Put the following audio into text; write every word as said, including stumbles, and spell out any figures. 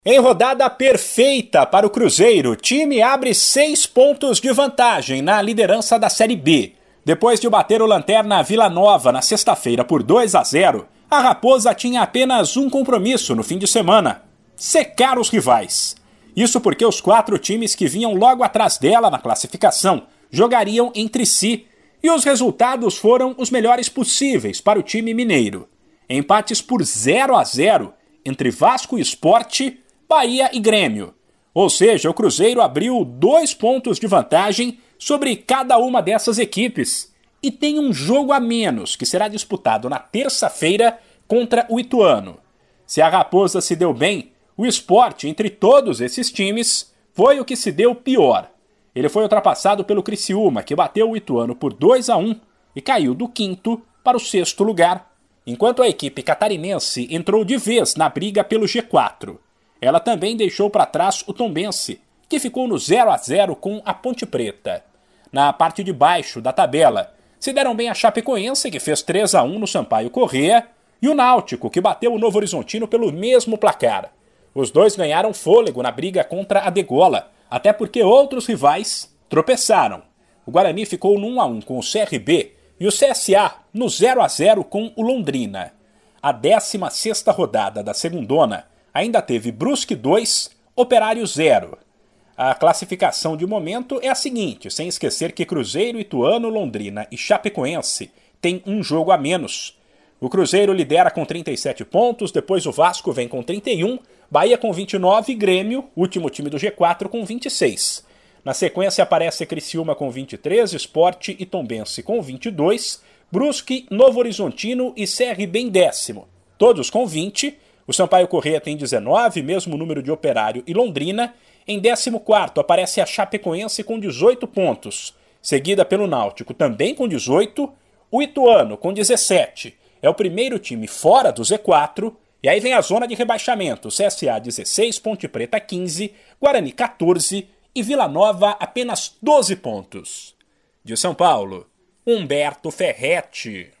Em rodada perfeita para o Cruzeiro, o time abre seis pontos de vantagem na liderança da Série B. Depois de bater o Lanterna Vila Nova na sexta-feira por dois a zero, a Raposa tinha apenas um compromisso no fim de semana: secar os rivais. Isso porque os quatro times que vinham logo atrás dela na classificação jogariam entre si, e os resultados foram os melhores possíveis para o time mineiro. Empates por zero a zero entre Vasco e Sport, Bahia e Grêmio. Ou seja, o Cruzeiro abriu dois pontos de vantagem sobre cada uma dessas equipes e tem um jogo a menos que será disputado na terça-feira contra o Ituano. Se a Raposa se deu bem, o Sport, entre todos esses times, foi o que se deu pior. Ele foi ultrapassado pelo Criciúma, que bateu o Ituano por dois a um e caiu do quinto para o sexto lugar, enquanto a equipe catarinense entrou de vez na briga pelo G quatro. Ela também deixou para trás o Tombense, que ficou no zero a zero com a Ponte Preta. Na parte de baixo da tabela, se deram bem a Chapecoense, que fez três a um no Sampaio Corrêa, e o Náutico, que bateu o Novo Horizontino pelo mesmo placar. Os dois ganharam fôlego na briga contra a Degola, até porque outros rivais tropeçaram. O Guarani ficou no um a um com o C R B e o C S A no zero a zero com o Londrina. A décima sexta rodada da segundona ainda teve Brusque dois, Operário zero. A classificação de momento é a seguinte, sem esquecer que Cruzeiro, Ituano, Londrina e Chapecoense têm um jogo a menos. O Cruzeiro lidera com trinta e sete pontos, depois o Vasco vem com trinta e um, Bahia com vinte e nove e Grêmio, último time do G quatro, com vinte e seis. Na sequência aparece Criciúma com vinte e três, Sport e Tombense com vinte e dois, Brusque, Novo Horizontino e C R B em décimo, todos com vinte. O Sampaio Corrêa tem dezenove, mesmo número de Operário e Londrina. Em décimo quarto aparece a Chapecoense com dezoito pontos, seguida pelo Náutico também com dezoito, o Ituano com dezessete. É o primeiro time fora do Z quatro, e aí vem a zona de rebaixamento: C S A dezesseis, Ponte Preta quinze, Guarani quatorze e Vila Nova apenas doze pontos. De São Paulo, Humberto Ferretti.